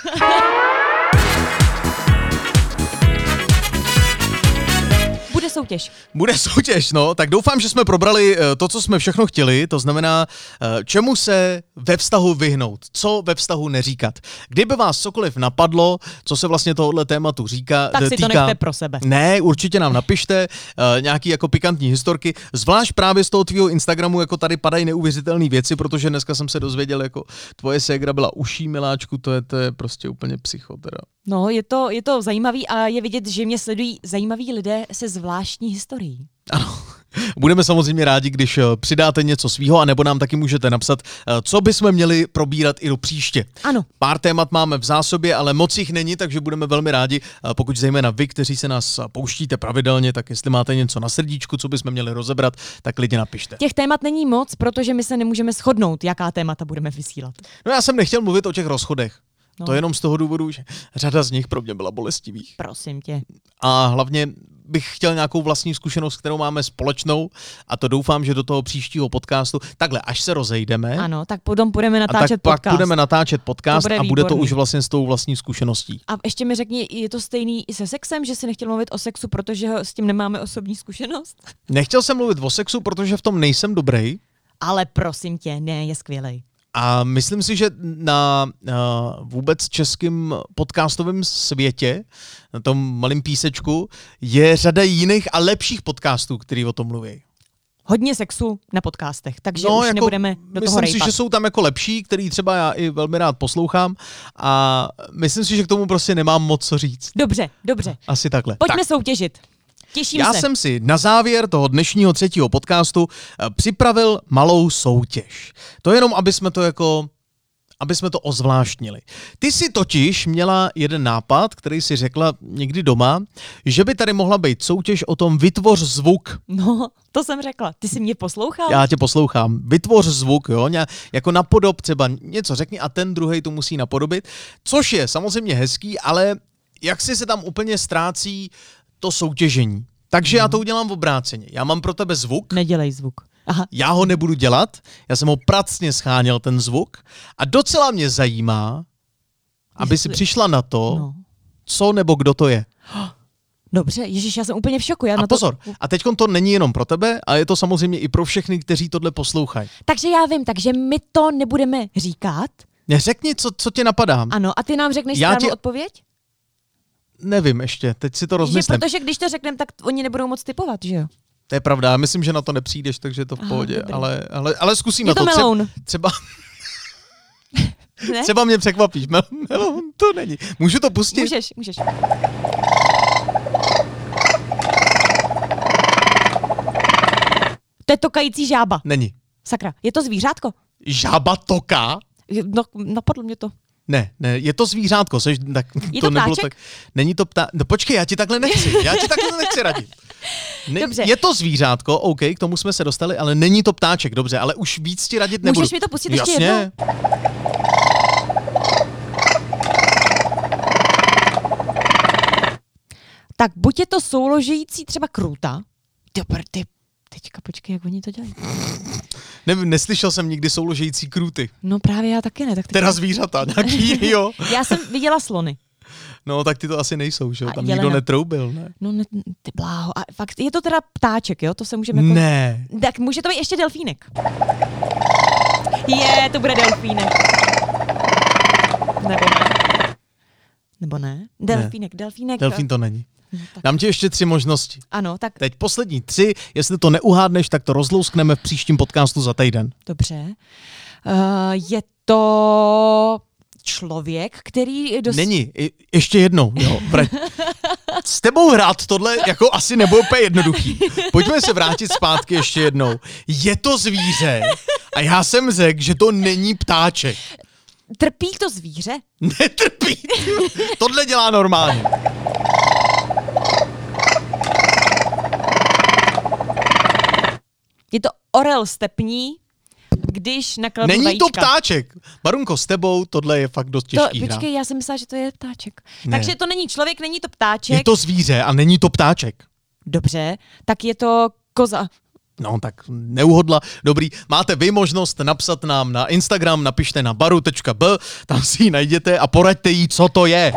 Bude soutěž, no. Tak doufám, že jsme probrali to, co jsme všechno chtěli, to znamená, čemu se ve vztahu vyhnout, co ve vztahu neříkat. Kdyby vás cokoliv napadlo, co se vlastně tohohle tématu týká, tak si to nechte pro sebe. Ne, určitě nám napište nějaký jako pikantní historky, zvlášť právě z toho tvýho Instagramu, jako tady padají neuvěřitelné věci, protože dneska jsem se dozvěděl, jako tvoje ségra byla uší, miláčku, to je prostě úplně psycho teda. No, je to zajímavý a je vidět, že mě sledují zajímaví lidé se zvláštní historií. Ano. Budeme samozřejmě rádi, když přidáte něco svýho, anebo nám taky můžete napsat, co bychom měli probírat i do příště. Ano. Pár témat máme v zásobě, ale moc jich není, takže budeme velmi rádi, pokud zejména vy, kteří se nás pouštíte pravidelně, tak jestli máte něco na srdíčku, co bychom měli rozebrat, tak klidně napište. Těch témat není moc, protože my se nemůžeme shodnout, jaká témata budeme vysílat. No já jsem nechtěl mluvit o těch rozchodech. No. To jenom z toho důvodu, že řada z nich pro mě byla bolestivých. Prosím tě. A hlavně bych chtěl nějakou vlastní zkušenost, kterou máme společnou, a to doufám, že do toho příštího podcastu, takhle, až se rozejdeme. Ano, tak potom budeme natáčet podcast. podcast. Pak budeme natáčet podcast a bude to výborný. už vlastně s tou vlastní zkušeností. A ještě mi řekni, je to stejný i se sexem, že si nechtěl mluvit o sexu, protože s tím nemáme osobní zkušenost? Nechtěl jsem mluvit o sexu, protože v tom nejsem dobrý. Ale prosím tě, ne, je skvělej. A myslím si, že na vůbec českém podcastovém světě, na tom malém písečku, je řada jiných a lepších podcastů, který o tom mluví. Hodně sexu na podcastech, takže už nebudeme do toho Myslím si, že jsou tam jako lepší, který třeba já i velmi rád poslouchám, a myslím si, že k tomu prostě nemám moc co říct. Dobře. Asi takhle. Pojďme soutěžit. Těším se. Já jsem si na závěr toho dnešního 3. podcastu připravil malou soutěž. To jenom, aby jsme to ozvláštnili. Ty si totiž měla jeden nápad, který si řekla někdy doma, že by tady mohla být soutěž o tom vytvoř zvuk. No, to jsem řekla. Ty jsi mě poslouchal? Já tě poslouchám. Vytvoř zvuk, jo? Jako napodob třeba něco řekni a ten druhej to musí napodobit, což je samozřejmě hezký, ale jak si se tam úplně ztrácí to soutěžení. Takže já to udělám v obráceně. Já mám pro tebe zvuk. Nedělej zvuk. Aha. Já ho nebudu dělat, já jsem ho pracně scháněl ten zvuk a docela mě zajímá, aby si přišla na to, co nebo kdo to je. Dobře, ježiš, já jsem úplně v šoku. A pozor, a teď to není jenom pro tebe, ale je to samozřejmě i pro všechny, kteří tohle poslouchají. Takže já vím, takže my to nebudeme říkat. Řekni, co tě napadá. Ano, a ty nám řekneš správnou odpověď? Nevím ještě, teď si to rozmyslím. Protože když to řekneme, tak oni nebudou moc typovat, že jo? To je pravda, já myslím, že na to nepřijdeš, takže je to v pohodě, ale zkusíme to. Meloun. Třeba mě překvapíš. Meloun to není. Můžu to pustit? Můžeš. To je tokající žába. Není. Sakra, je to zvířátko? Žába toká? No, napadlo mě to. Ne, je to zvířátko, tak je to nebylo tak. Není to No počkej, já ti takhle nechci radit. Dobře. Je to zvířátko, OK, k tomu jsme se dostali, ale není to ptáček, dobře, ale už víc ti radit nebudu. Můžeš mi to pustit ještě jednou? Tak buď je to souložející třeba krůta. Teďka počkej, jak oni to dělají. Nevím, neslyšel jsem nikdy souložející krůty. No právě já taky ne. Tak teda zvířata, nějaký, jo. Já jsem viděla slony. No, tak ty to asi nejsou, že jo? Tam nikdo netroubil, ne? No, ty bláho. A fakt, je to teda ptáček, jo? To se můžeme jako... Ne. Tak může to být ještě delfínek. To bude delfínek. Nebo ne? Delfínek. Delfín to není. Dám ti ještě 3 možnosti. Ano, tak... Teď poslední 3, jestli to neuhádneš, tak to rozlouskneme v příštím podcastu za týden. Dobře. Je to člověk, který... Není. Ještě jednou, jo. S tebou hrát tohle jako asi nebude úplně jednoduchý. Pojďme se vrátit zpátky ještě jednou. Je to zvíře a já jsem řekl, že to není ptáček. Trpí to zvíře? Netrpí. Tohle dělá normálně. Je to orel stepní, když nakladl vajíčka. Není to ptáček. Barunko, s tebou tohle je fakt dost těžký hra. Počkej, já jsem myslela, že to je ptáček. Ne. Takže to není člověk, není to ptáček. Je to zvíře a není to ptáček. Dobře, tak je to koza. No tak neuhodla. Dobrý, máte vy možnost napsat nám na Instagram, napište na baru.b, tam si ji najděte a poraďte jí, co to je.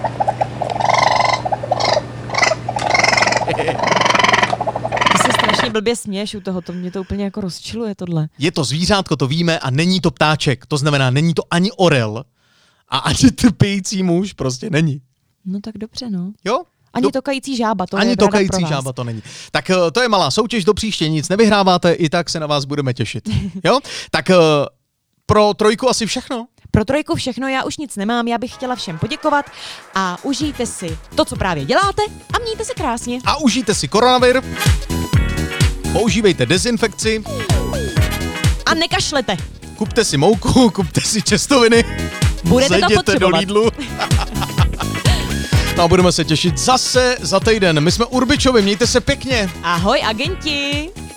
Strašně blbě směš u toho, to mě to úplně jako rozčiluje tohle. Je to zvířátko, to víme, a není to ptáček. To znamená, není to ani orel a ani trpějící muž, prostě není. No tak dobře, no. Jo? Ani tokající žába, to ani je tokající žába to není. Tak to je malá soutěž, do příště nic nevyhráváte, i tak se na vás budeme těšit. Jo? Tak pro 3 asi všechno. Pro Trojku všechno, já už nic nemám, já bych chtěla všem poděkovat a užijte si to, co právě děláte a mějte se krásně. A užijte si koronavir, používejte dezinfekci. A nekašlete. Kupte si mouku, kupte si těstoviny. Budete to potřebovat. Do Lidlu. No a budeme se těšit zase za týden. My jsme Urbičovi, mějte se pěkně. Ahoj agenti.